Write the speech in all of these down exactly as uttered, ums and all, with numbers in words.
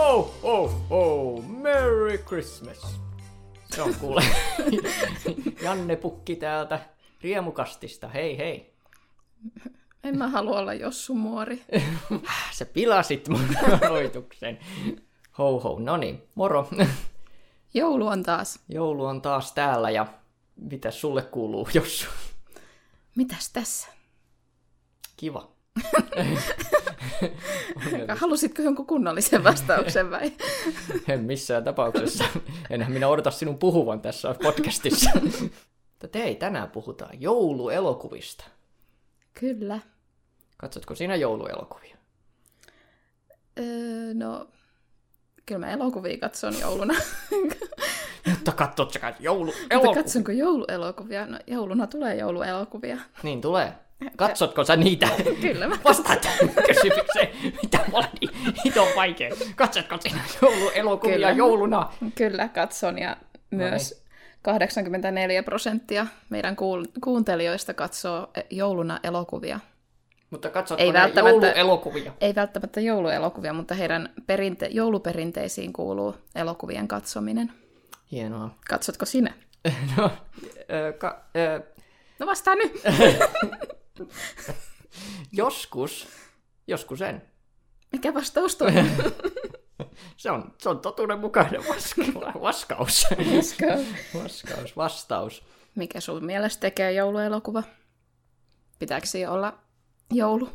Ho, ho, ho, Merry Christmas. Se on kuule Janne Pukki täältä Riemukastista, hei hei. En mä halua olla jossumuori. Sä pilasit mun aloituksen. Ho ho, no niin, moro. Joulu on taas. Joulu on taas täällä ja mitäs sulle kuuluu, Jossu? Mitäs tässä? Kiva. Halusitko jonkun kunnollisen vastauksen vai? En missään tapauksessa. Enhän minä odota sinun puhuvan tässä podcastissa. Mutta hei, tänään puhutaan jouluelokuvista. Kyllä. Katsotko sinä jouluelokuvia? Öö, no, kyllä mä elokuvia katson jouluna. Mutta katsotko jouluelokuvia? Mutta katsonko jouluelokuvia? No, jouluna tulee jouluelokuvia. Niin tulee. Katsotko sä niitä? Kyllä mä Vastaat kysymykseen. Mitä mä olen niin hito vaikea. Katsotko sinä jouluelokuvia Kyllä. jouluna? Kyllä katson ja myös kahdeksankymmentäneljä prosenttia meidän kuul- kuuntelijoista katsoo jouluna elokuvia. Mutta katsotko Ei ne välttämättä- jouluelokuvia? Ei välttämättä jouluelokuvia, mutta heidän perinte- jouluperinteisiin kuuluu elokuvien katsominen. Hienoa. Katsotko sinä? No, ö, ka, ö, No vastaa nyt! joskus, joskus en. Mikä vastaus tuo? Se on, se on totuuden mukainen vaska- vaskaus. Let's go. Vaskaus, vastaus. Mikä sun mielestä tekee jouluelokuva? Pitääkö siinä olla joulu?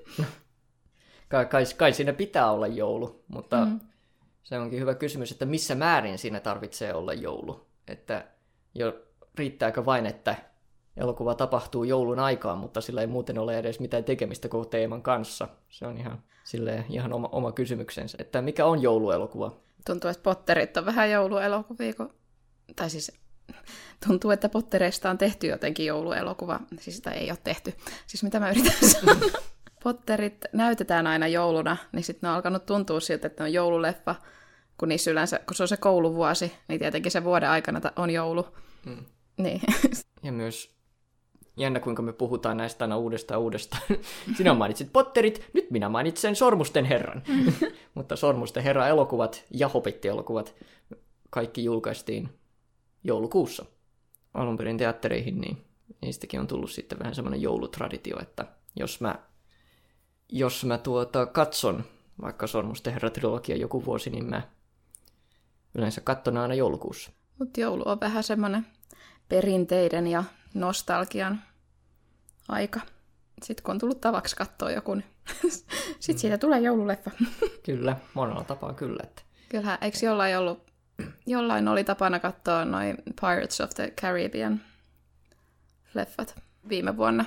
Kai, kai, kai siinä pitää olla joulu, mutta Mm. se onkin hyvä kysymys, että missä määrin siinä tarvitsee olla joulu. Että jo riittääkö vain, että elokuva tapahtuu joulun aikaan, mutta sillä ei muuten ole edes mitään tekemistä koko teeman kanssa. Se on ihan, silleen, ihan oma, oma kysymyksensä, että mikä on jouluelokuva? Tuntuu, että Potterit on vähän jouluelokuvia, kun... tai siis tuntuu, että Pottereista on tehty jotenkin jouluelokuva. Siis sitä ei ole tehty. Siis mitä mä yritän sanoa? Potterit näytetään aina jouluna, niin sitten ne on alkanut tuntua siltä, että ne on joululeffa, kun niissä yleensä, kun se on se kouluvuosi, niin tietenkin se vuoden aikana on joulu. Hmm. Niin. Ja myös jännä, kuinka me puhutaan näistä aina uudestaan uudestaan. Sinä mainitsit Potterit, nyt minä mainitsen Sormusten herran. Mutta Sormusten herran elokuvat ja Hobbit-elokuvat kaikki julkaistiin joulukuussa alun perin teattereihin, niin niistäkin on tullut sitten vähän semmoinen joulutraditio, että jos mä, jos mä tuota katson vaikka Sormusten herra-trilogia joku vuosi, niin mä yleensä katson aina joulukuussa. Mutta joulu on vähän semmoinen perinteiden ja nostalgian aika. Sitten kun on tullut tavaksi katsoa joku, niin sitten siitä tulee joululeffa. Kyllä, monella tapaa kyllä. Että... Kyllähän, eikö jollain ollut, jollain oli tapana katsoa noin Pirates of the Caribbean leffat viime vuonna,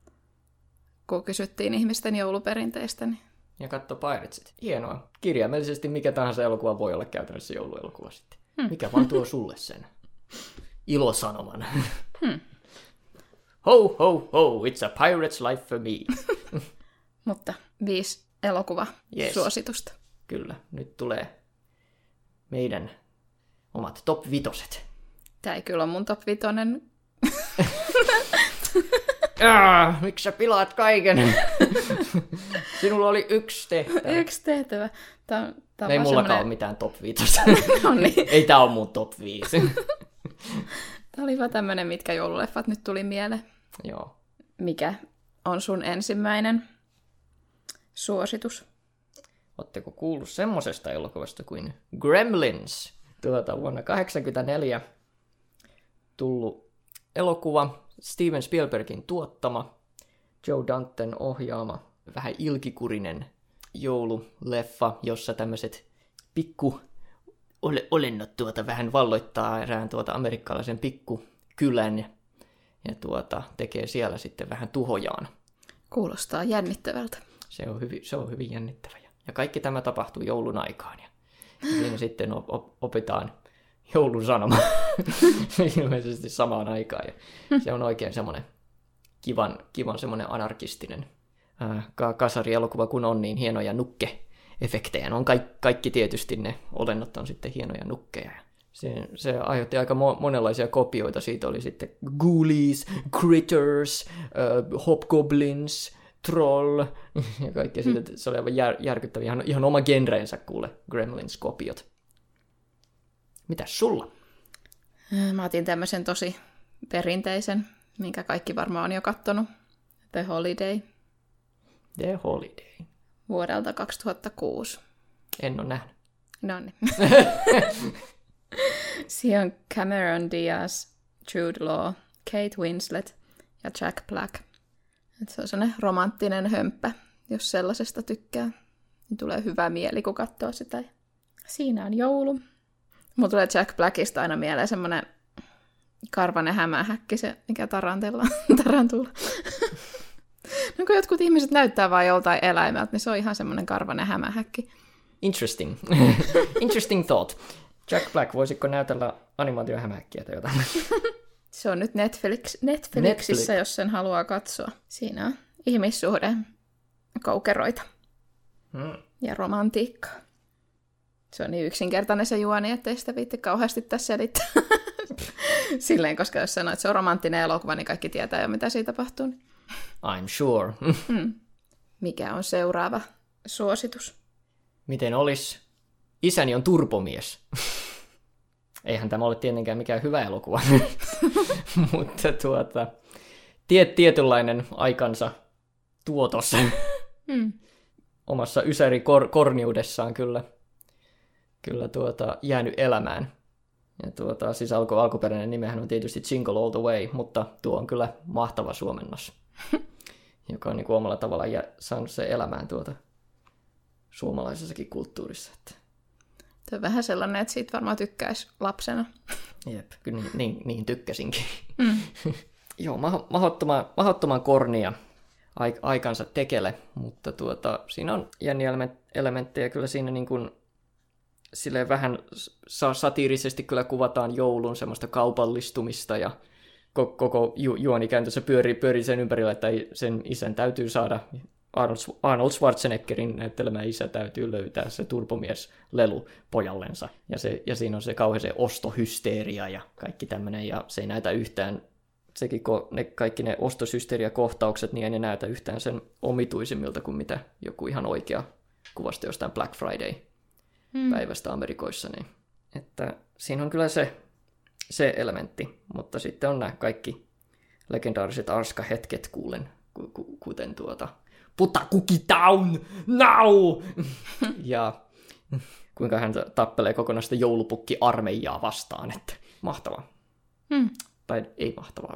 kun kysyttiin ihmisten jouluperinteistä. Niin... Ja katso Piratesit. Hienoa. Kirjaimellisesti mikä tahansa elokuva voi olla käytännössä jouluelokuva sitten. Hmm. Mikä vaan tuo sulle sen ilosanoman. Hmm. Ho, ho, ho, it's a pirate's life for me. Mutta viisi elokuva Yes. suositusta. Kyllä, nyt tulee meidän omat top vitoset. Tämä ei kyllä ole mun top vitonen. Ah, miksi sä pilaat kaiken? Sinulla oli yksi tehtävä. Yksi tehtävä. Tämä, tämä Ei on mullakaan semmoinen... ole mitään top vitosta. No niin. Ei tää ole mun top viisi. Tämä oli vaan tämmöinen, mitkä joululeffat nyt tuli mieleen. Joo. Mikä on sun ensimmäinen suositus? Ootteko kuullut semmosesta elokuvasta kuin Gremlins? Tuota, vuonna kahdeksankymmentäneljä tullut elokuva, Steven Spielbergin tuottama, Joe Danten ohjaama, vähän ilkikurinen joululeffa, jossa tämmöiset pikku ole- olennot tuota vähän valloittaa erään tuota amerikkalaisen pikkukylän ja tuota, tekee siellä sitten vähän tuhojaan. Kuulostaa jännittävältä. Se on hyvin, se on hyvin jännittävä. Ja kaikki tämä tapahtuu joulun aikaan. Ja siinä sitten op- op- opitaan joulun sanoma ilmeisesti samaan aikaan. Ja se on oikein semmoinen kivan, kivan semmoinen anarkistinen ää, ka- kasarielokuva, kun on niin hienoja nukke-efektejä. On kaikki, kaikki tietysti ne olennot on sitten hienoja nukkeja. Se, se aiheutti aika mo- monenlaisia kopioita. Siitä oli sitten Ghoulies, Critters, äh, Hobgoblins, troll ja kaikkea siitä. Mm. Se oli aivan jär, järkyttäviä. Ihan, ihan oma genreensä kuule, Gremlins-kopiot. Mitäs sulla? Mä otin tämmöisen tosi perinteisen, minkä kaikki varmaan on jo kattonut. The Holiday. The Holiday. Vuodelta kaksituhattakuusi. En ole nähnyt. No niin. Siinä on Cameron Diaz, Jude Law, Kate Winslet ja Jack Black. Et se on sellainen romanttinen hömppä, jos sellaisesta tykkää. Niin tulee hyvä mieli, kun katsoo sitä. Siinä on joulu. Mulla tulee Jack Blackista aina mieleen semmoinen karvanen hämähäkki, se mikä tarantella. tarantula. No kun jotkut ihmiset näyttää vaan joltain eläimeltä, niin se on ihan semmoinen karvanen hämähäkki. Interesting. Interesting thought. Jack Black, voisitko näytellä animaatiohämähäkkiä tai jotain? Se on nyt Netflix, Netflixissä, Netflix. Jos sen haluaa katsoa. Siinä on ihmissuhde, koukeroita hmm. ja romantiikkaa. Se on niin yksinkertainen se juoni, ettei sitä viitti kauheasti tässä selittää. Silleen, koska jos sanoo, että se on romanttinen elokuva, niin kaikki tietää jo, mitä siitä tapahtuu. I'm sure. hmm. Mikä on seuraava suositus? Miten olisi? Isäni on turbomies. Eihän tämä ole tietenkään mikään hyvä elokuva. Mutta tuota, tiet, tietynlainen aikansa tuotos hmm. omassa ysärikorniudessaan kyllä, kyllä tuota, jäänyt elämään. Ja tuota, siis alku, alkuperäinen nimehän on tietysti Jingle All the Way, mutta tuo on kyllä mahtava suomennos, joka on niin kuin omalla tavallaan jä, saanut sen elämään tuota suomalaisessakin kulttuurissa. Että Tämä on vähän sellainen, että siitä varmaan tykkäisi lapsena. Jep, kyllä niin, niin, niin tykkäsinkin. Mm. Joo, mahdottoman, mahdottoman kornia aikansa tekele, mutta tuota, siinä on jänniä elementtejä kyllä siinä niin kuin, silleen vähän satiirisesti kyllä kuvataan joulun semmoista kaupallistumista ja koko, koko ju, juonikääntössä pyörii, pyörii sen ympärillä, että sen isän täytyy saada Arnold Schwarzeneggerin näyttelemä isä täytyy löytää se turbomies-lelu pojallensa. Ja, se, ja siinä on se kauhean se ostohysteeria ja kaikki tämmöinen, ja se ei näytä yhtään, sekin kun ne, kaikki ne ostoshysteeriakohtaukset, niin ei ne näytä yhtään sen omituisimmilta kuin mitä joku ihan oikea kuvasta jostain Black Friday-päivästä Amerikoissa. Niin. Että siinä on kyllä se, se elementti, mutta sitten on nämä kaikki legendaariset arska-hetket kuulen, kuten tuota Put a cookie down now! Ja kuinka hän tappelee kokonaista joulupukki-armeijaa vastaan, että mahtavaa. Hmm. Tai ei mahtavaa.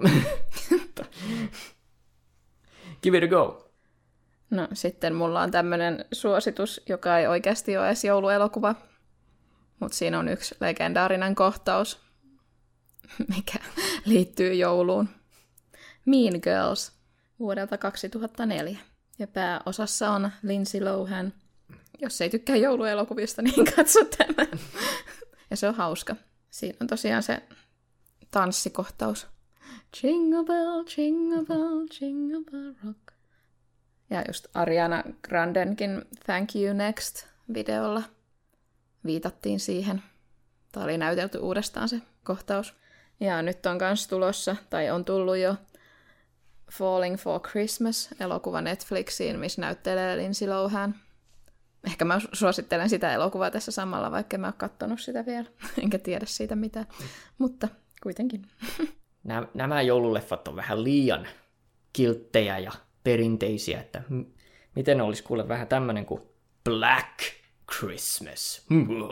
Give it a go. No sitten mulla on tämmönen suositus, joka ei oikeasti ole edes jouluelokuva, mutta siinä on yksi legendaarinen kohtaus, mikä liittyy jouluun. Mean Girls vuodelta kaksituhattaneljä. Ja pääosassa on Lindsay Lohan. Jos ei tykkää jouluelokuvista, niin katso tämän. Ja se on hauska. Siinä on tosiaan se tanssikohtaus. Jingle bell, jingle bell, jingle bell rock. Ja just Ariana Grandenkin Thank You Next -videolla viitattiin siihen. Tämä oli näytelty uudestaan se kohtaus. Ja nyt on kans tulossa, tai on tullut jo, Falling for Christmas -elokuva Netflixiin, missä näyttelee Lindsay Lohan. Ehkä mä suosittelen sitä elokuvaa tässä samalla, vaikka mä oon katsonut sitä vielä, enkä tiedä siitä mitään, mutta kuitenkin. Nämä, nämä joululeffat on vähän liian kilttejä ja perinteisiä, että m- miten olisi kuule vähän tämmöinen kuin Black Christmas.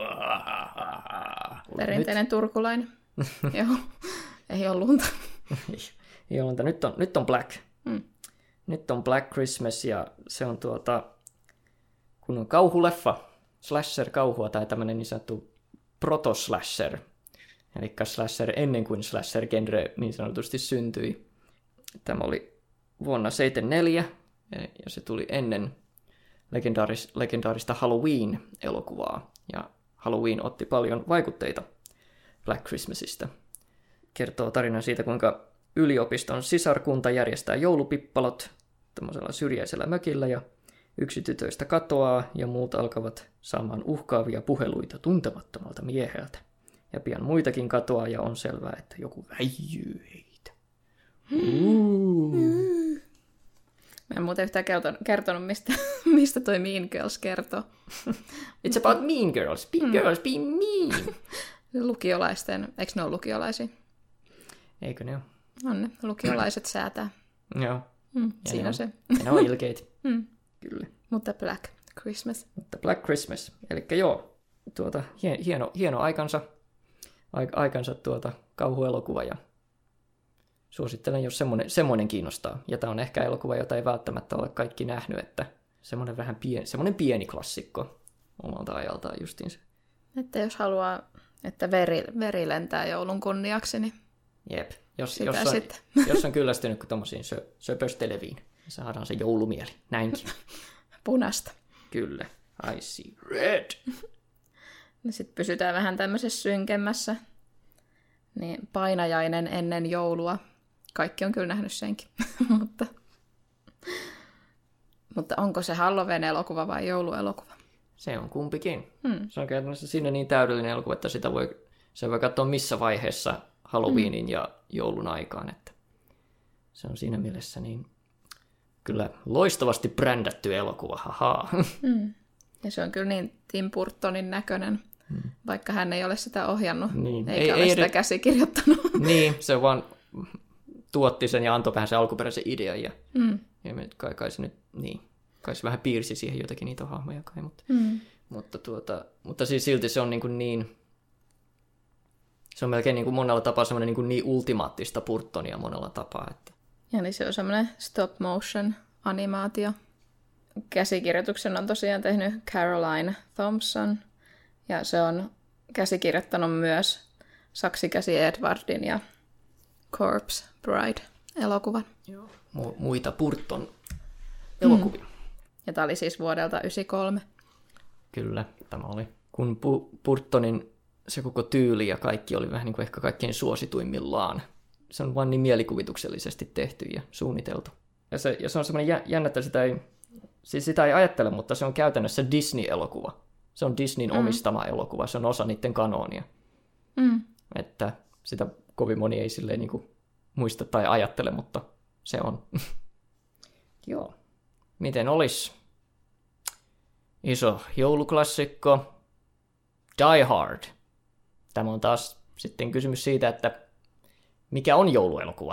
Perinteinen nyt turkulainen. Joo, ei ole lunta. Ei ole lunta. Nyt on, nyt on Black. Mm. Nyt on Black Christmas ja se on tuota, kun on kauhuleffa, slasher-kauhua tai tämmöinen niin sanottu proto-slasher, eli slasher ennen kuin slasher-genre niin sanotusti syntyi. Tämä oli vuonna seitsemänkymmentäneljä ja se tuli ennen legendaaris, legendaarista Halloween-elokuvaa. Ja Halloween otti paljon vaikutteita Black Christmasista. Kertoo tarinan siitä, kuinka yliopiston sisarkunta järjestää joulupippalot tämmöisellä syrjäisellä mökillä ja yksi tytöistä katoaa ja muut alkavat saamaan uhkaavia puheluita tuntemattomalta mieheltä. Ja pian muitakin katoaa ja on selvää, että joku väijyy heitä. Uh. Mä en muuten yhtään kertonut, mistä, mistä toi Mean Girls kertoo. It's about mean girls. Be mm. girls, be mean. Lukiolaisten, eikö ne ole lukiolaisia? Eikö ne ole? On ne, lukiolaiset säätää. Joo. Mm, siinä on se. Ja ne on ilkeitä. mm. Kyllä. Mutta Black Christmas. Mutta Black Christmas. Elikkä joo, tuota, hieno, hieno aikansa, aikansa tuota, kauhuelokuva ja suosittelen, jos semmoinen, semmoinen kiinnostaa. Ja tämä on ehkä elokuva, jota ei välttämättä ole kaikki nähnyt, että semmoinen vähän pieni, semmoinen pieni klassikko omalta ajaltaan justiinsa. Että jos haluaa, että veri, veri lentää joulun kunniaksi, niin jep. Jos, jos, on, jos on kyllästynyt tuommoisiin sö, söpösteleviin, niin saadaan se joulumieli. Näinkin. Punasta. Kyllä. I see red. No sitten pysytään vähän tämmöisessä synkemmässä. Niin painajainen ennen joulua. Kaikki on kyllä nähnyt senkin. mutta, mutta onko se Halloween-elokuva vai jouluelokuva? Se on kumpikin. Hmm. Se on käytännössä sinne niin täydellinen elokuva, että sitä voi, se voi katsoa missä vaiheessa Halloweenin hmm. ja joulun aikaan. Että se on siinä mielessä niin kyllä loistavasti brändätty elokuva. Haha. Hmm. Ja se on kyllä niin Tim Burtonin näköinen. Hmm. Vaikka hän ei ole sitä ohjannut, niin. eikä ei, ole ei sitä edes käsikirjoittanut. Niin, se vaan tuotti sen ja antoi vähän sen alkuperäisen idean. Ja, mm. ja nyt kai, kai se nyt, niin, kai se vähän piirsi siihen jotakin niitä hahmoja kai, mutta, mm. mutta, tuota, mutta siis silti se on niin, kuin niin se on melkein niin kuin monella tapaa semmoinen niin, kuin niin ultimaattista Burtonia monella tapaa. Että. Ja niin se on semmoinen stop motion animaatio. Käsikirjoituksen on tosiaan tehnyt Caroline Thompson. Ja se on käsikirjoittanut myös Saksikäsi Edwardin ja Corpse Bride-elokuvan. Joo. Mu- muita Burton elokuvia. Mm. Ja tämä oli siis vuodelta yhdeksänkymmentäkolme. Kyllä, tämä oli. Kun Pu- Burtonin se koko tyyli ja kaikki oli vähän niin kuin ehkä kaikkein suosituimmillaan. Se on vain niin mielikuvituksellisesti tehty ja suunniteltu. Ja se, ja se on semmoinen jännä, että sitä ei, siis sitä ei ajattele, mutta se on käytännössä Disney-elokuva. Se on Disneyn mm. omistama elokuva, se on osa niiden kanoonia. Mm. Että sitä kovin moni ei silleen niin kuin muista tai ajattele, mutta se on. Joo. Miten olisi? Iso jouluklassikko. Die Hard. Tämä on taas sitten kysymys siitä, että mikä on jouluelokuva.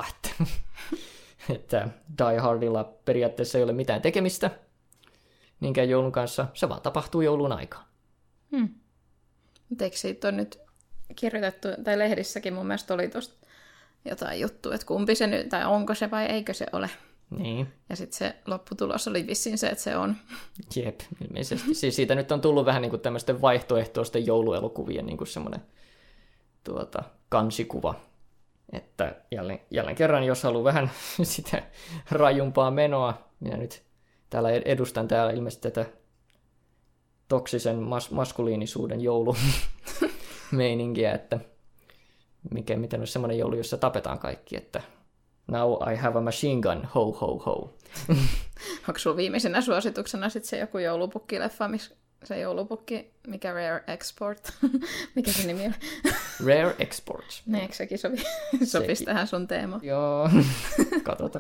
Että Die Hardilla periaatteessa ei ole mitään tekemistä niinkään joulun kanssa. Se vaan tapahtuu joulun aikaan. Hmm. Mutta eikö siitä on nyt kirjoitettu, tai lehdissäkin mun mielestä oli tuosta jotain juttua, että kumpi se nyt, tai onko se vai eikö se ole. Niin. Ja sitten se lopputulos oli vissiin se, että se on. Jep, ilmeisesti. Siis siitä nyt on tullut vähän niin kuin tämmöisten vaihtoehtoisten jouluelokuvien niin kuin semmoinen tuota, kansikuva. Että jälleen, jälleen kerran, jos haluaa vähän sitä rajumpaa menoa, minä nyt täällä edustan täällä ilmeisesti tätä toksisen mas- maskuliinisuuden joulumeininkiä, että mikä, miten olisi semmoinen joulu, jossa tapetaan kaikki, että now I have a machine gun, ho ho ho. Onko sulla viimeisenä suosituksena sitten se joku joulupukkileffa, missä se joulupukki, mikä Rare Export, mikä se nimi on? Rare Export. Ne, eikö sekin sovi, sopisi tähän sun teemaan? Joo, katsotaan.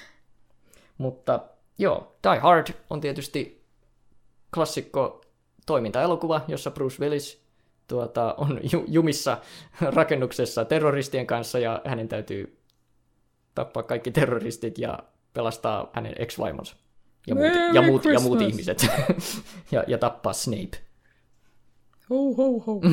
Mutta joo, Die Hard on tietysti klassikko toimintaelokuva, jossa Bruce Willis tuota, on ju- jumissa rakennuksessa terroristien kanssa ja hänen täytyy tappaa kaikki terroristit ja pelastaa hänen ex-vaimonsa. Ja muut, ja muut, ja muut ihmiset. ja, ja tappaa Snape. Ho, ho, ho.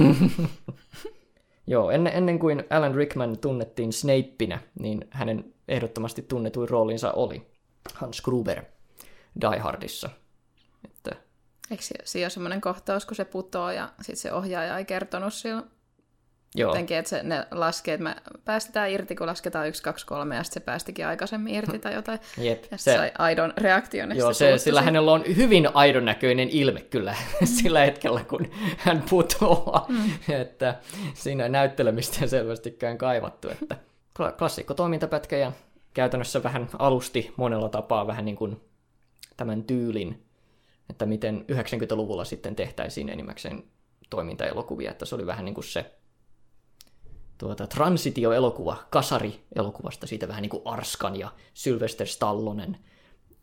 Joo, ennen, ennen kuin Alan Rickman tunnettiin Snapeinä, niin hänen ehdottomasti tunnetuin roolinsa oli Hans Gruber Die Hardissa. Että eikö siinä ole semmoinen kohtaus, kun se putoo ja sitten se ohjaaja ei kertonut sillä joo. jotenkin, että se, ne laskee, että me päästetään irti, kun lasketaan yksi, kaksi, kolme, ja sitten se päästikin aikaisemmin irti tai jotain. Jep, ja se sai aidon reaktion. Joo, se, sillä hänellä on hyvin aidon näköinen ilme kyllä sillä hetkellä, kun hän putoaa. Mm. Että siinä näyttelemistä ei selvästikään kaivattu. Että klassikko toimintapätkä ja käytännössä vähän alusti monella tapaa vähän niin kuin tämän tyylin, että miten yhdeksänkymmentäluvulla sitten tehtäisiin enimmäkseen toimintaelokuvia, että se oli vähän niin kuin se tuota, transitio-elokuva, kasari-elokuvasta, siitä vähän niin kuin Arskan ja Sylvester Stallonen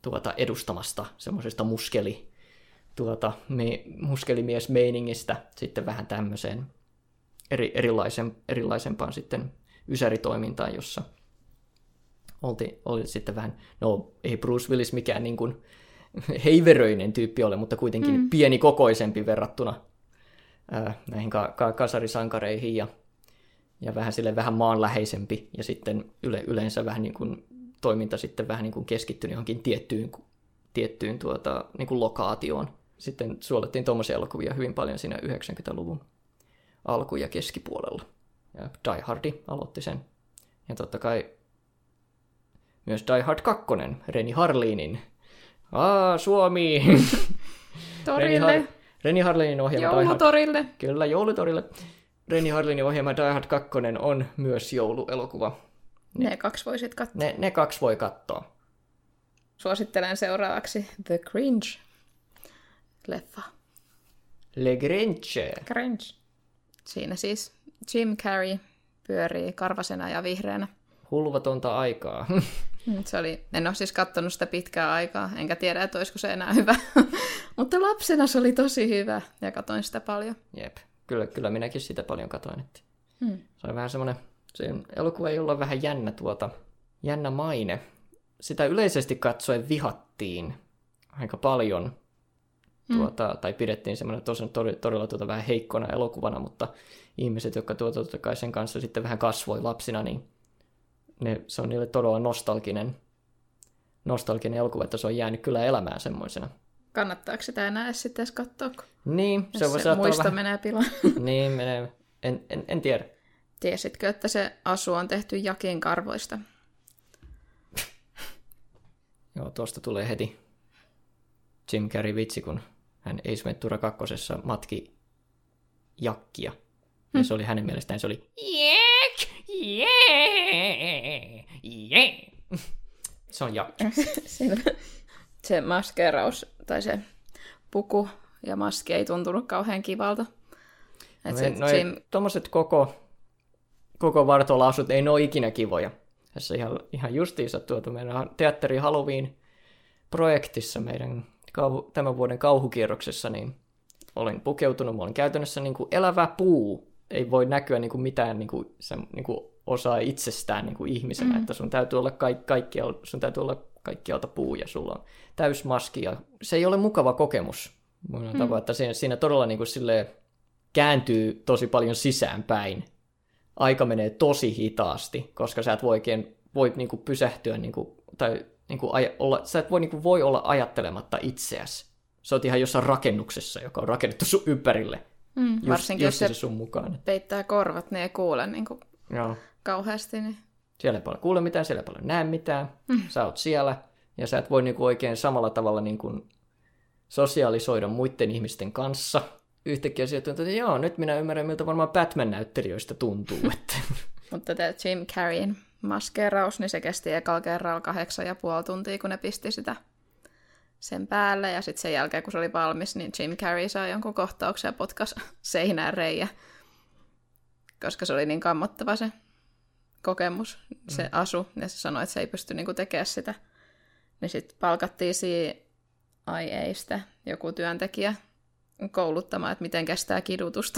tuota, edustamasta semmoisesta muskeli, tuota, me, muskelimies-meiningistä sitten vähän tämmöiseen eri, erilaisen, erilaisempaan sitten ysäritoimintaan, jossa oltiin, oli sitten vähän, no ei Bruce Willis mikään niin kuin heiveröinen tyyppi ole, mutta kuitenkin mm. pienikokoisempi verrattuna ää, näihin ka- ka- kasarisankareihin ja, ja vähän sille vähän maanläheisempi ja sitten yle- yleensä vähän niin kuin toiminta sitten vähän niin kuin keskittynyt johonkin tiettyyn, tiettyyn tuota, niin kuin lokaatioon. Sitten suolettiin tuommoisia elokuvia hyvin paljon siinä yhdeksänkymmentäluvun alku- ja keskipuolella. Ja Die Hardi aloitti sen. Ja totta kai myös Die Hard kaksi, Renny Harlinin. Aa, Suomi! Torille! Renny, Har- Renny Harlinin ohjelma Joulutorille! Die Hard... Kyllä, joulutorille. Renny Harlinin ohjelma Die Hard kaksi on myös jouluelokuva. Ne, ne kaksi voisit katsoa. Ne, ne kaksi voi katsoa. Suosittelen seuraavaksi The Grinch-leffa. Le Grinch. Grinch. Siinä siis Jim Carrey pyörii karvasena ja vihreänä. Hulvatonta aikaa. Se oli, en ole siis katsonut sitä pitkää aikaa, enkä tiedä, että olisiko se enää hyvä. Mutta lapsena se oli tosi hyvä ja katsoin sitä paljon. Jep, kyllä, kyllä minäkin sitä paljon katsoin. Että hmm. Se on vähän semmoinen, se elokuva ei olla vähän jännä, tuota, jännä maine. Sitä yleisesti katsoen vihattiin aika paljon, tuota, hmm. tai pidettiin semmoinen tosi, todella, todella tuota, vähän heikkona elokuvana, mutta ihmiset, jotka tuota, totta kai sen kanssa sitten vähän kasvoi lapsina, niin ne, se on niille todella nostalginen, nostalginen elokuva, että se on jäänyt kyllä elämään semmoisena. Kannattaako sitä enää edes sitten katsoa, niin, se, se, se muisto vähän... menee pilaan? Niin, menee. En, en, en tiedä. Tiesitkö, että se asu on tehty jakin karvoista? Joo, tuosta tulee heti Jim Carrey vitsi, kun hän Ace Ventura kakkosessa matki jakkia. Ja se oli hänen mielestään, se oli Jek! Jee! Jee! Se on jakki. Se maskeraus, tai se puku ja maski ei tuntunut kauhean kivalta. No, se, no Jim... Tuommoiset koko, koko vartolausut ei ne ole ikinä kivoja. Tässä ihan, ihan justiinsa tuota meidän teatteri Halloween-projektissa meidän kauhu, tämän vuoden kauhukierroksessa, niin olen pukeutunut, mä olen käytännössä niin kuin elävä puu. Ei voi näkyä niin kuin mitään niin kuin, se, niin kuin osaa itsestään niin kuin ihmisenä, mm. että sun täytyy olla ka- kaikkialta, sun täytyy olla kaikkialta puu ja sulla on täysmaski. Ja se ei ole mukava kokemus. Mm. Tapa, että siinä, siinä todella niin kuin silleen kääntyy tosi paljon sisäänpäin. Aika menee tosi hitaasti, koska sä et voi oikein voi niin kuin pysähtyä, niin kuin, tai niin kuin aj- olla, sä et voi, niin kuin, voi olla ajattelematta itseäsi. Sä oot ihan jossain rakennuksessa, joka on rakennettu sun ympärille. Mm, just, varsinkin just jos se sun mukaan. Peittää korvat, ne ei kuule niin kuin Joo. kauheasti. Niin... Siellä ei paljon kuule mitään, siellä ei paljon näe mitään. Mm. Sä oot siellä, ja sä et voi niin kuin oikein samalla tavalla niin kuin sosiaalisoida muiden ihmisten kanssa. Yhtäkkiä sieltä tuntuu, että joo, nyt minä ymmärrän, miltä varmaan Batman-näyttelijöistä tuntuu. Että... Mutta tämä Jim Carreyn maskeraus, niin se kesti ekalla kerralla kahdeksan ja puoli tuntia, kun ne pisti sitä sen päälle. Ja sitten sen jälkeen, kun se oli valmis, niin Jim Carrey sai jonkun kohtauksen ja potkas seinään reijä. Koska se oli niin kammottava se kokemus, se mm. asu. Ja se sanoi, että se ei pysty niinku tekemään sitä. Niin sitten palkattiin C I A:stä joku työntekijä kouluttamaan, että miten kestää kidutusta.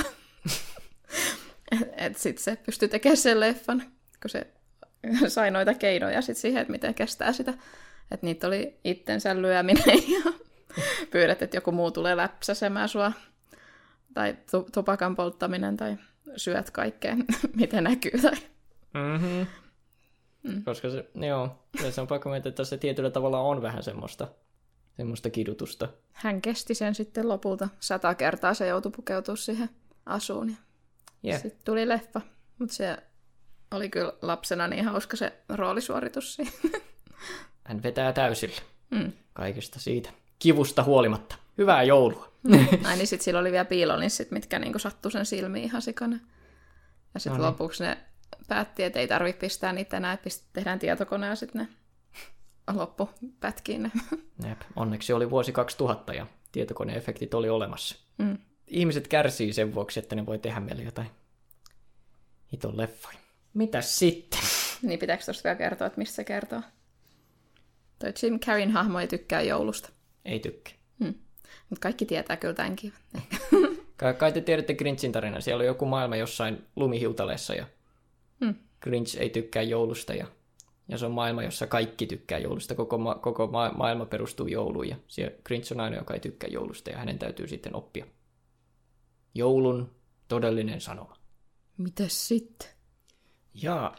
Että sitten se pystyi tekemään sen leffan, kun se sai noita keinoja sit siihen, että miten kestää sitä. Että niitä oli itsensä lyöminen ja pyydät, että joku muu tulee läpsäsemään sua. Tai tu- tupakan polttaminen tai syöt kaikkea, miten näkyy. Tai... Mm-hmm. Mm. Koska se, joo, se on pakko miettiä, että se tietyllä tavalla on vähän semmoista, semmoista kidutusta. Hän kesti sen sitten lopulta. Sata kertaa se joutui pukeutumaan siihen asuun. Yeah. Sitten tuli leffa. Mutta se oli kyllä lapsena niin hauska se roolisuoritus siinä. Hän vetää täysillä. Mm. Kaikesta siitä. Kivusta huolimatta. Hyvää joulua. Ai niin, sitten sillä oli vielä piilolinssit, mitkä niinku sattui sen silmiin ihan sikana. Ja sitten no niin. Lopuksi ne päätti, että ei tarvitse pistää niitä enää, että tehdään tietokone ja sitten ne loppu pätkiin ne. Jep. Onneksi oli vuosi kaksituhatta ja tietokoneefektit oli olemassa. Mm. Ihmiset kärsii sen vuoksi, että ne voi tehdä meille jotain hiton leffoja. Mitäs sitten? Niin pitääkö tuosta vielä kertoa, että mistä se kertoo? Toi Jim Carreyn hahmo ei tykkää joulusta. Ei tykkää. Hmm. Mutta kaikki tietää kyllä tämänkin. Kai, kai te tiedätte Grinchin tarinan. Siellä on joku maailma jossain lumihiutaleessa ja hmm. Grinch ei tykkää joulusta ja, ja se on maailma, jossa kaikki tykkää joulusta. Koko, ma- koko ma- maailma perustuu jouluun ja siellä Grinch on ainoa, joka ei tykkää joulusta ja hänen täytyy sitten oppia joulun todellinen sanoma. Mitäs sitten? Ja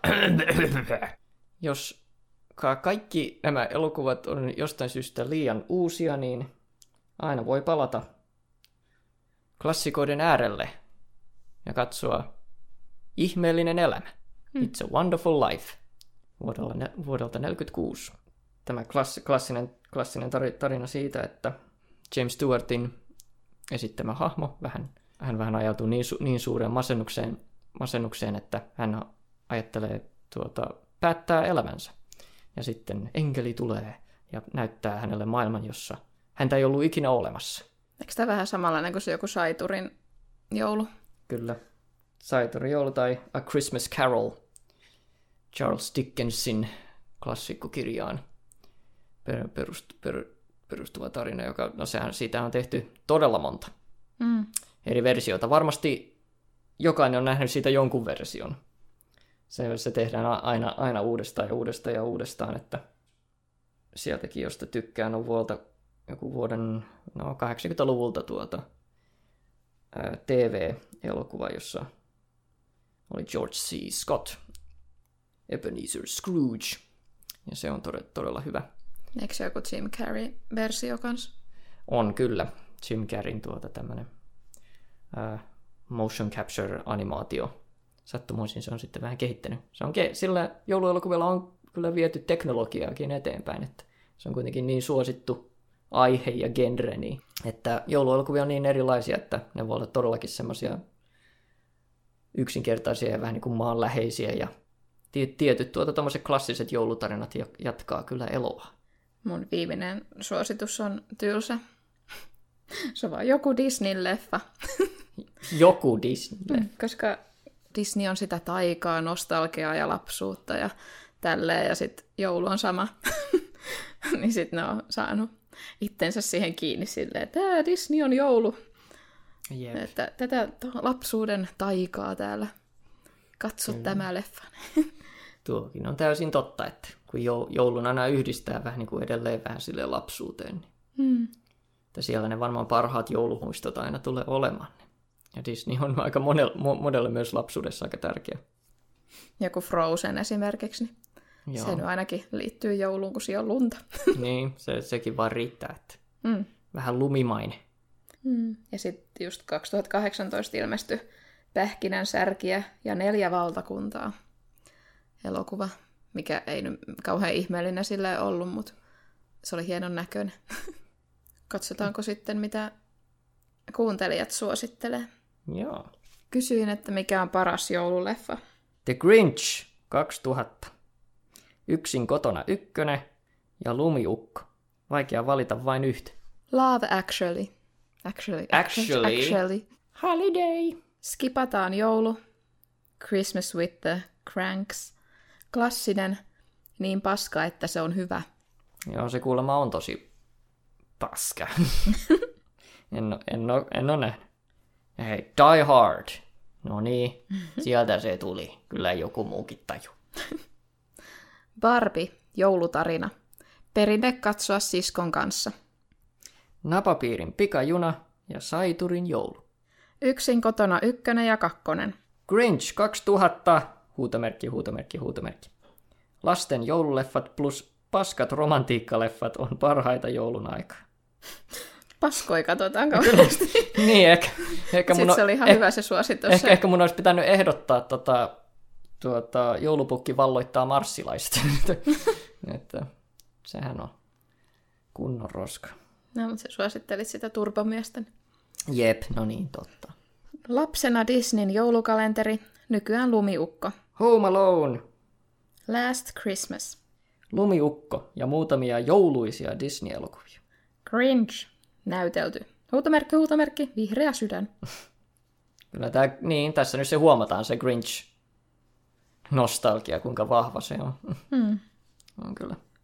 jos ka- kaikki nämä elokuvat on jostain syystä liian uusia, niin aina voi palata klassikoiden äärelle ja katsoa Ihmeellinen elämä. Hmm. It's a Wonderful Life vuodelta, vuodelta neljäkymmentäkuusi. Tämä klass, klassinen, klassinen tarina siitä, että James Stewartin esittämä hahmo vähän, hän vähän ajautuu niin, su, niin suureen masennukseen, masennukseen, että hän ajattelee tuota, päättää elämänsä. Ja sitten enkeli tulee ja näyttää hänelle maailman, jossa häntä ei ollut ikinä olemassa. Eikö tämä vähän samanlainen kuin se joku Saiturin joulu? Kyllä. Saiturin joulu tai A Christmas Carol, Charles Dickensin klassikkokirjaan perustu, per, perustuva tarina, joka, no sehän, siitä on tehty todella monta mm. eri versioita. Varmasti jokainen on nähnyt siitä jonkun version. Se, se tehdään aina, aina uudestaan ja uudestaan ja uudestaan, että sieltäkin, josta tykkään, on vuolta, joku vuoden no, kahdeksankymmentäluvulta tuota, ää, T V-elokuva, jossa oli George C. Scott, Ebenezer Scrooge, ja se on todella, todella hyvä. Eikö se joku Jim Carrey-versio kanssa? On kyllä, Jim Carreyn tuota tämmönen ää, motion capture-animaatio. Sattumoisin se on sitten vähän kehittänyt. Se on ke- sillä jouluelokuvilla on kyllä viety teknologiaakin eteenpäin, että se on kuitenkin niin suosittu aihe ja genre, niin, että jouluelokuvia on niin erilaisia, että ne voi olla todellakin semmoisia yksinkertaisia ja vähän niin kuin maanläheisiä, ja tietyt tuota tommoset klassiset joulutarinat jatkaa kyllä eloa. Mun viimeinen suositus on tylsä. Se on vaan joku Disney-leffa. Joku Disney-leffa. Koska Disney on sitä taikaa, nostalgiaa ja lapsuutta ja tälleen, ja sitten joulu on sama. Niin sitten ne on saanut itsensä siihen kiinni silleen, että tämä Disney on joulu. Jep. Että tätä lapsuuden taikaa täällä. Katso mm. tämä leffa. Tuokin on täysin totta, että kun joulun aina yhdistää vähän niin kuin edelleen vähän silleen lapsuuteen, niin mm. että siellä ne varmaan parhaat joulumuistot aina tulee olemaan. Ja Disney on aika monelle, monelle myös lapsuudessa aika tärkeä. Joku Frozen esimerkiksi, niin Joo. se nyt ainakin liittyy jouluun, kun siellä on lunta. Niin, se, sekin vaan riittää, että mm. vähän lumimainen. Mm. Ja sitten just kaksituhattakahdeksantoista ilmestyi Pähkinän särkiä ja neljä valtakuntaa elokuva, mikä ei nyt kauhean ihmeellinen silleen ollut, mutta se oli hienon näköinen. Katsotaanko sitten, mitä kuuntelijat suosittelee. Joo. Kysyin, että mikä on paras joululeffa. The Grinch kaksituhatta. Yksin kotona ykkönen ja Lumiukko. Vaikea valita vain yhtä. Love Actually. Actually. Actually. Actually. Holiday. Skipataan joulu. Christmas with the Cranks. Klassinen. Niin paska, että se on hyvä. Joo, se kuulemma on tosi paska. en, ole, en, ole, en ole nähnyt. Hei, Die Hard. No niin, mm-hmm. sieltä se tuli. Kyllä joku muukin taju. Barbie, joulutarina. Perinne katsoa siskon kanssa. Napapiirin pikajuna ja Saiturin joulu. Yksin kotona ykkönen ja kakkonen. Grinch kaksituhatta, huutomerkki, huutomerkki, huutomerkki. Lasten joululeffat plus paskat romantiikkaleffat on parhaita joulun aikaa. Paskoi katsotaan kauheasti. Niin, ehkä. ehkä Sitten mun se oli ihan eh, hyvä se suositus. Ehkä, ehkä mun olisi pitänyt ehdottaa tota, tuota, joulupukki valloittaa marssilaista. Että sehän on kunnon roska. No, mutta sä suosittelit sitä turbomiestä. Jep, no niin, totta. Lapsena Disneyn joulukalenteri, nykyään Lumiukko. Home Alone. Last Christmas. Lumiukko ja muutamia jouluisia Disney-elokuvia. Grinch. Näytelty. Huutomerkki, huutomerkki, vihreä sydän. Kyllä tää, niin, tässä nyt se huomataan, se Grinch-nostalgia, kuinka vahva se on. Hmm. On kyllä.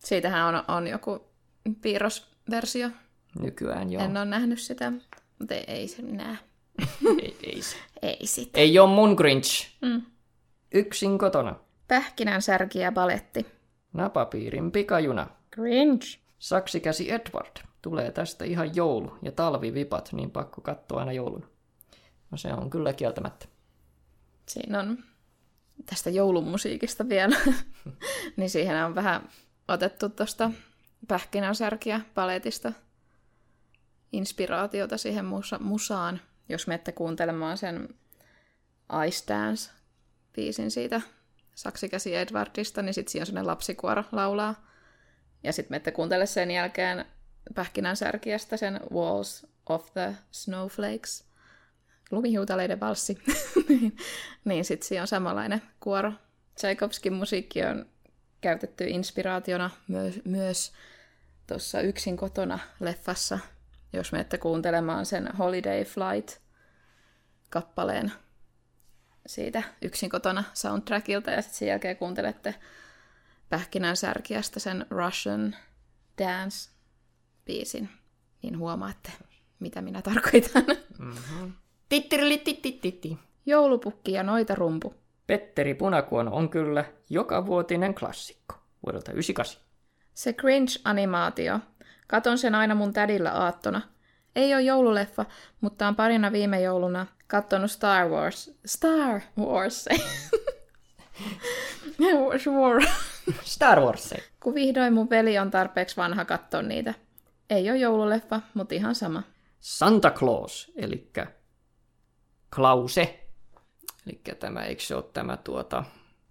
Siitähän on, on joku piirrosversio. Nykyään joo. En ole nähnyt sitä, mutta ei, ei se näe. ei, ei se. Ei sitä. Ei ole mun Grinch. Mm. Yksin kotona. Pähkinänsärki ja baletti. Napapiirin pikajuna. Grinch. Saksikäsi Edward. Tulee tästä ihan joulu ja talvivipat, niin pakko katsoa aina jouluna. No se on kyllä kieltämättä. Siinä on tästä joulumusiikista vielä. niin siihen on vähän otettu tuosta pähkinänsärkiä paletista inspiraatiota siihen musa- musaan. Jos menette kuuntelemaan sen Ice Dance-biisin siitä Saksikäsi Edwardista, niin sitten siinä on sellainen lapsikuoro laulaa. Ja sitten menette kuuntele sen jälkeen Pähkinänsärkiästä sen Walls of the Snowflakes, lumihiutaleiden valssi. niin sitten siinä on samanlainen kuoro. Tchaikovskin musiikki on käytetty inspiraationa myös, myös tuossa Yksin kotona -leffassa, jos menette kuuntelemaan sen Holiday Flight-kappaleen siitä Yksin kotona soundtrackilta, ja sitten sen jälkeen kuuntelette Pähkinänsärkiästä sen Russian Dance-biisin, niin huomaatte, mitä minä tarkoitan. Mm-hmm. Joulupukki ja noitarumpu. Petteri Punakuono on kyllä jokavuotinen klassikko vuodelta yhdeksänkymmentäkahdeksan. Se Grinch-animaatio. Katon sen aina mun tädillä aattona. Ei ole joululeffa, mutta on parina viime jouluna kattonut Star Wars. Star Wars. War. Star Wars. Kun vihdoin mun veli on tarpeeksi vanha katsoa niitä. Ei ole joululeffa, mutta ihan sama. Santa Claus, eli Klause. Eli tämä, eikö se ole tämä tuota,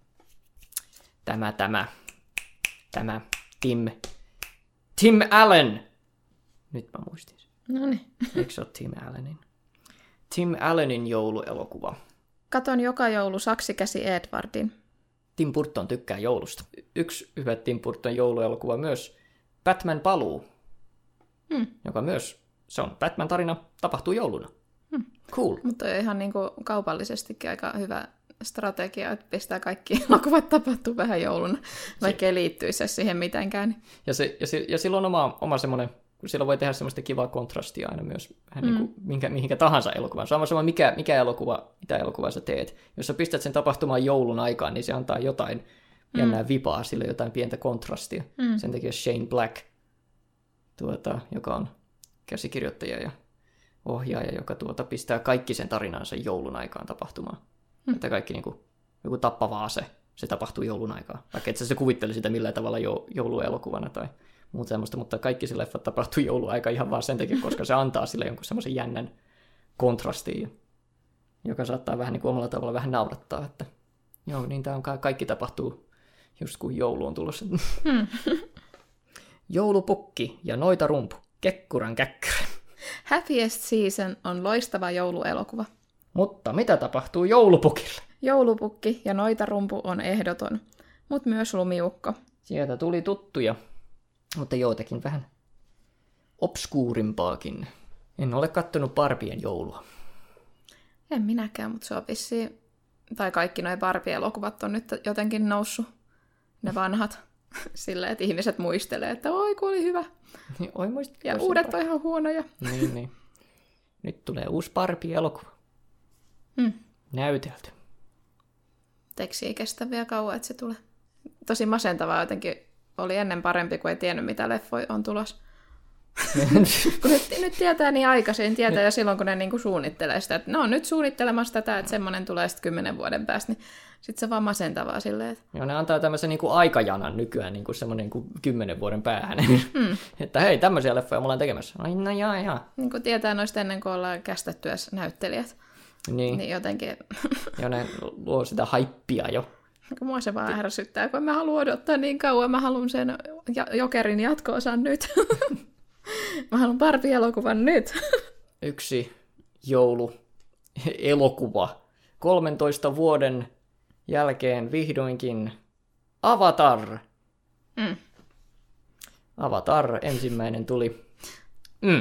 tämä, tämä, tämä, Tim, Tim Allen. Nyt mä muistin sen. Noniin. Eikö se ole Tim Allenin? Tim Allenin jouluelokuva. Katon joka joulu Saksikäsi Edwardin. Tim Burton tykkää joulusta. Yksi hyvä Tim Burton jouluelokuva myös Batman Paluu, Hmm. joka myös, se on Batman-tarina, tapahtuu jouluna. Hmm. Cool. Mutta on ihan niin kuin kaupallisestikin aika hyvä strategia, että pistää kaikki elokuvat tapahtuu vähän jouluna, vaikka ei liittyisi siihen mitenkään. Ja, se, ja, se, ja sillä on oma, oma semmoinen, sillä voi tehdä semmoista kivaa kontrastia aina myös vähän mm. niin kuin minkä, mihinkä tahansa elokuvaan. Se on sama, mikä, mikä elokuva, mitä elokuvaa sä teet. Jos sä pistät sen tapahtumaan joulun aikaan, niin se antaa jotain mm. jännää vipaa, sille jotain pientä kontrastia. Mm. Sen takia Shane Black, tuota, joka on käsikirjoittaja ja ohjaaja, joka tuota, pistää kaikki sen tarinansa joulun aikaan tapahtumaan. Mm. Että kaikki niin kuin, joku tappava ase, se tapahtuu joulun aikaan. Vaikka et sä se kuvitteli sitä millään tavalla jo, jouluelokuvana tai muuta semmoista, mutta kaikki se leffat tapahtuu jouluaika ihan vaan sen takia, koska se antaa sille jonkun semmoisen jännän kontrastin, joka saattaa vähän niin kuin omalla tavalla vähän naurattaa, että joo, niin tämä on kaikki tapahtuu just kun joulu on tulossa. Hmm. Joulupukki ja noitarumpu, Kekkuran käkkyrä. Happiest Season on loistava jouluelokuva. Mutta mitä tapahtuu joulupukille? Joulupukki ja noitarumpu on ehdoton, mutta myös lumiukko. Sieltä tuli tuttuja, mutta joitakin vähän obskuurimpaakin. En ole kattonut Barbien joulua. En minäkään, mutta se on vissiin, tai kaikki nuo Barbie-elokuvat on nyt jotenkin noussut, ne vanhat, silleen, että ihmiset muistelee, että oi kun oli hyvä. Niin, oi, ja uudet on ihan huonoja. Niin, niin. Nyt tulee uusi Barbie-elokuva. Hmm. Näytelty. Teksi ei kestä vielä kauan, että se tulee. Tosi masentavaa jotenkin. Oli ennen parempi, kun ei tiennyt, mitä leffoja on tulossa. kun nyt, nyt tietää niin aikaisin, tietää jo silloin, kun ne niinku suunnittelee sitä, että no nyt suunnittelemassa tätä, että semmoinen tulee sitten kymmenen vuoden päästä, niin sitten se on vaan masentavaa silleen. Että... Joo, ne antaa tämmöisen niinku aikajanan nykyään niinku semmoinen niinku kymmenen vuoden päähän. Mm. Että hei, tämmöisiä leffoja me ollaan tekemässä. Ai no jaa, jaa. Niin kuin tietää noista ennen kuin ollaan kästetty edes näyttelijät. Niin. Niin jotenkin... Joo, ne luo sitä haippia jo. Mua se vaan ärsyttää, kun mä haluan odottaa niin kauan, mä haluan sen Jokerin jatko-osan nyt. Mä haluan Barbie-elokuvan nyt. Yksi jouluelokuva. kolmentoista vuoden jälkeen vihdoinkin Avatar. Mm. Avatar ensimmäinen tuli. Mm.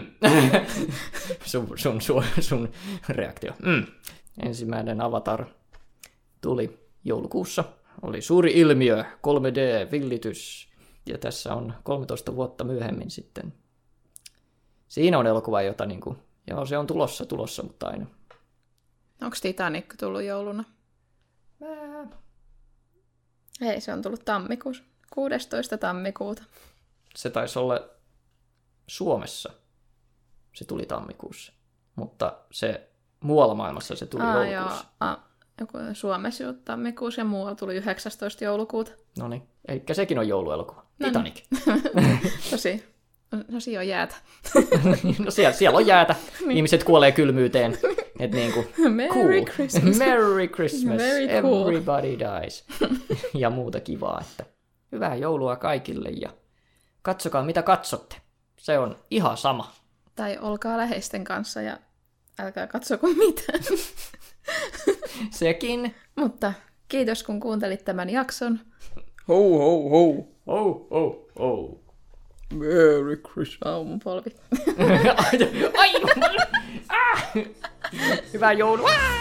sun, sun, sun, sun reaktio. Mm. Ensimmäinen Avatar tuli joulukuussa. Oli suuri ilmiö, kolme D-villitys. Ja tässä on kolmetoista vuotta myöhemmin sitten. Siinä on elokuva, jota niinku, joo, se on tulossa, tulossa, mutta aina. Onko Titanic tullut jouluna? Mä... Ei, se on tullut tammikuussa. kuudestoista tammikuuta. Se taisi olla Suomessa. Se tuli tammikuussa. Mutta se muualla maailmassa se tuli Aa, joulukuussa. Joo. Joku Suomessa jo tammikuussa ja muualla tuli yhdeksästoista joulukuuta. No niin, eli sekin on jouluelokuva. Titanic. Tosi. No siinä on jäätä. No siellä, siellä on jäätä. Ihmiset kuolee kylmyyteen. Et niinku, Merry cool. Christmas. Merry Christmas. Very cool. Everybody dies. Ja muuta kivaa. Että hyvää joulua kaikille ja katsokaa mitä katsotte. Se on ihan sama. Tai olkaa läheisten kanssa ja älkää katsoko mitään. Sekin. Mutta kiitos kun kuuntelit tämän jakson. Ho ho ho. Ho ho ho. Merry Christmas. Oh, mun polvi. Ai, ai, ah! Hyvää joulua!